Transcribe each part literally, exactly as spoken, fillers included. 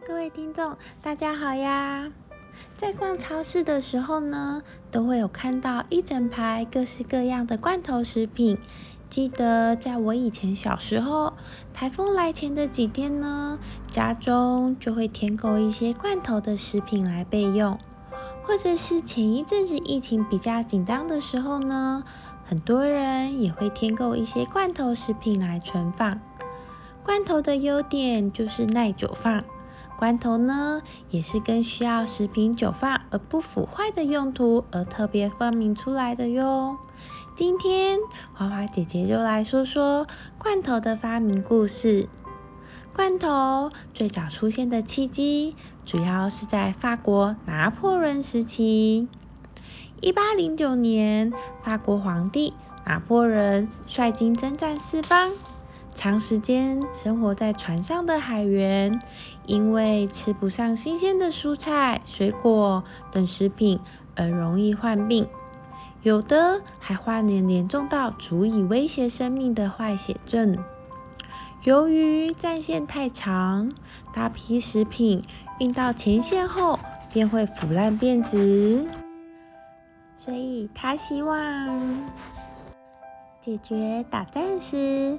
各位听众，大家好呀！在逛超市的时候呢，都会有看到一整排各式各样的罐头食品。记得在我以前小时候，台风来前的几天呢，家中就会添购一些罐头的食品来备用，或者是前一阵子疫情比较紧张的时候呢，很多人也会添购一些罐头食品来存放。罐头的优点就是耐久放。罐头呢，也是跟需要食品久放而不腐坏的用途而特别发明出来的哟。今天花花姐姐就来说说罐头的发明故事。罐头最早出现的契机，主要是在法国拿破仑时期。一八零九年，法国皇帝拿破仑率军征战四方。长时间生活在船上的海员，因为吃不上新鲜的蔬菜、水果等食品而容易患病，有的还患了严重到足以威胁生命的坏血症。由于战线太长，大批食品运到前线后便会腐烂变质，所以他希望解决打战时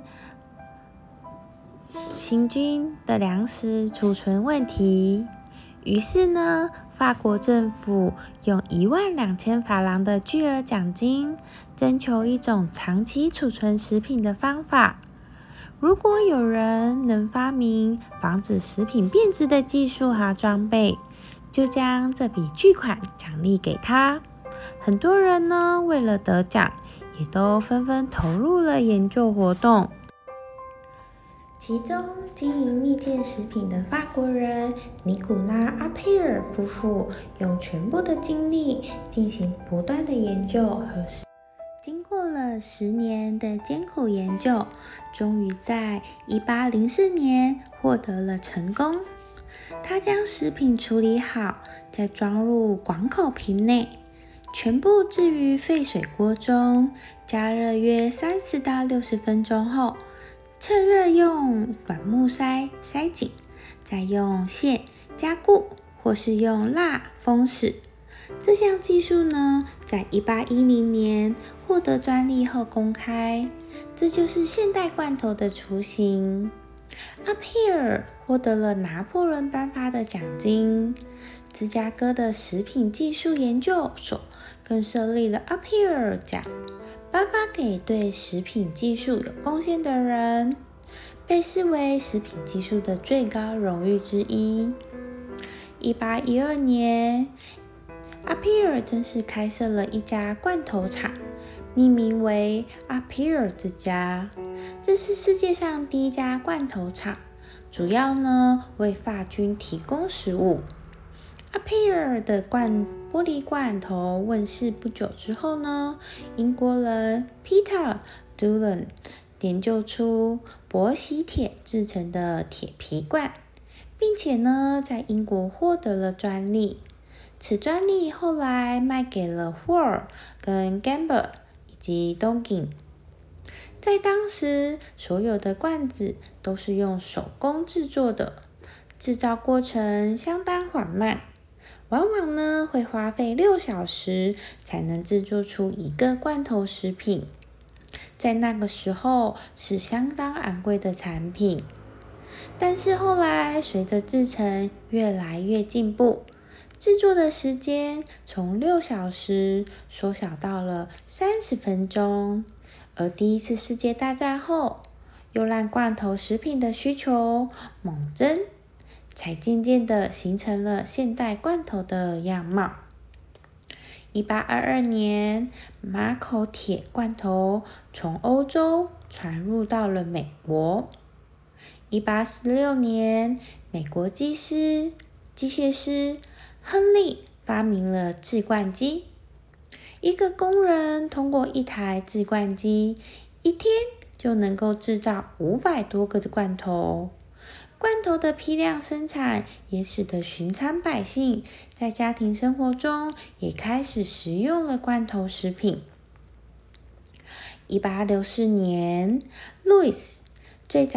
行军的粮食储存问题。于是呢，法国政府用一万两千法郎的巨额奖金，征求一种长期储存食品的方法。如果有人能发明防止食品变质的技术和装备，就将这笔巨款奖励给他。很多人呢，为了得奖，也都纷纷投入了研究活动。其中经营蜜饯食品的法国人尼古拉·阿佩尔夫妇，用全部的精力进行不断的研究和经过了十年的艰苦研究，终于在一八零四年获得了成功。他将食品处理好，再装入广口瓶内，全部置于沸水锅中，加热约三十到六十分钟后，趁热用软木塞塞紧，再用线加固或是用蜡封死。这项技术呢，在一八一零年获得专利后公开，这就是现代罐头的雏形。阿佩尔获得了拿破仑颁发的奖金，芝加哥的食品技术研究所更设立了阿佩尔奖，颁发给对食品技术有贡献的人，被视为食品技术的最高荣誉之一。一八一二年，阿佩尔正式开设了一家罐头厂，命名为阿佩尔之家。这是世界上第一家罐头厂，主要呢为法军提供食物。阿佩尔的罐玻璃罐头问世不久之后呢，英国人 Peter Dulon 研究出薄锡铁制成的铁皮罐，并且呢在英国获得了专利。此专利后来卖给了霍尔跟 Gamble 以及 Donkin。在当时，所有的罐子都是用手工制作的，制造过程相当缓慢，往往呢会花费六小时才能制作出一个罐头食品。在那个时候是相当昂贵的产品。但是后来随着制程越来越进步，制作的时间从六小时缩小到了三十分钟。而第一次世界大战后，又让罐头食品的需求猛增，才渐渐的形成了现代罐头的样貌。一八二二年，马口铁罐头从欧洲传入到了美国。一八四六年，美国技师、机械师亨利发明了制罐机。一个工人通过一台制罐机，一天就能够制造五百多个的罐头。罐头的批量生产也使得寻常百姓在家庭生活中也开始食用了罐头食品。一八六四年，路易斯最早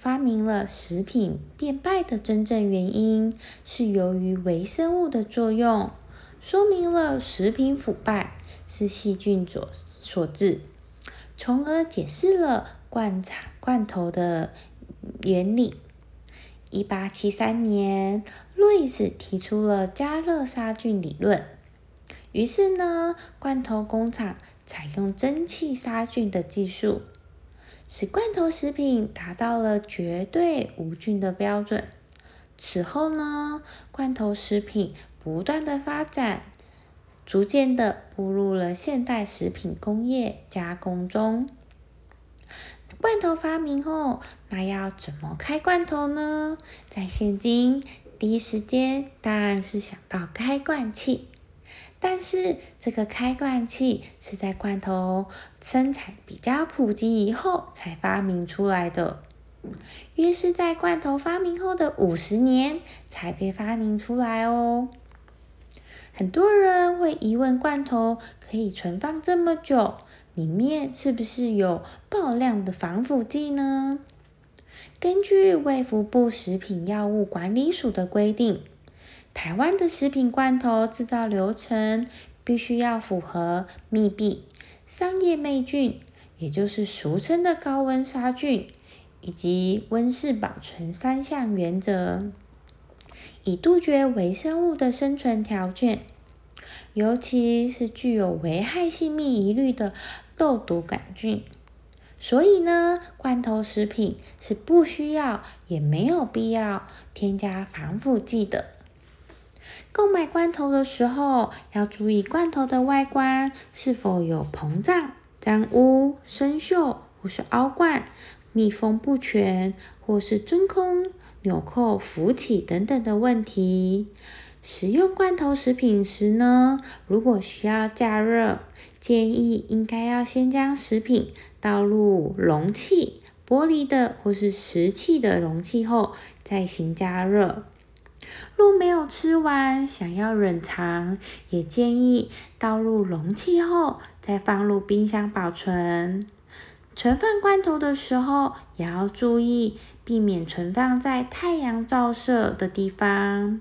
发明了食品变败的真正原因是由于微生物的作用，说明了食品腐败是细菌所所致，从而解释了罐茶罐头的原理。一八七三年，路易斯提出了加热杀菌理论，于是呢，罐头工厂采用蒸汽杀菌的技术，使罐头食品达到了绝对无菌的标准。此后呢，罐头食品不断的发展，逐渐的步入了现代食品工业加工中。罐头发明后，那要怎么开罐头呢？在现今，第一时间当然是想到开罐器。但是这个开罐器是在罐头生产比较普及以后才发明出来的，约是在罐头发明后的五十年才被发明出来哦。很多人会疑问，罐头可以存放这么久，里面是不是有爆量的防腐剂呢？根据卫福部食品药物管理署的规定，台湾的食品罐头制造流程必须要符合密闭、商业霉菌，也就是俗称的高温杀菌，以及温室保存三项原则，以杜绝微生物的生存条件，尤其是具有危害性命疑虑的豆毒杆菌。所以呢，罐头食品是不需要也没有必要添加防腐剂的。购买罐头的时候，要注意罐头的外观是否有膨胀、沾污、生锈，或是凹罐、密封不全，或是真空、纽扣浮起等等的问题。使用罐头食品时呢，如果需要加热，建议应该要先将食品倒入容器，玻璃的或是石器的容器后，再行加热。若没有吃完，想要冷藏，也建议倒入容器后，再放入冰箱保存。存放罐头的时候，也要注意避免存放在太阳照射的地方。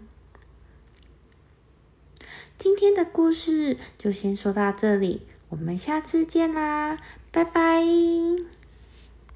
今天的故事就先说到这里，我们下次见啦，拜拜。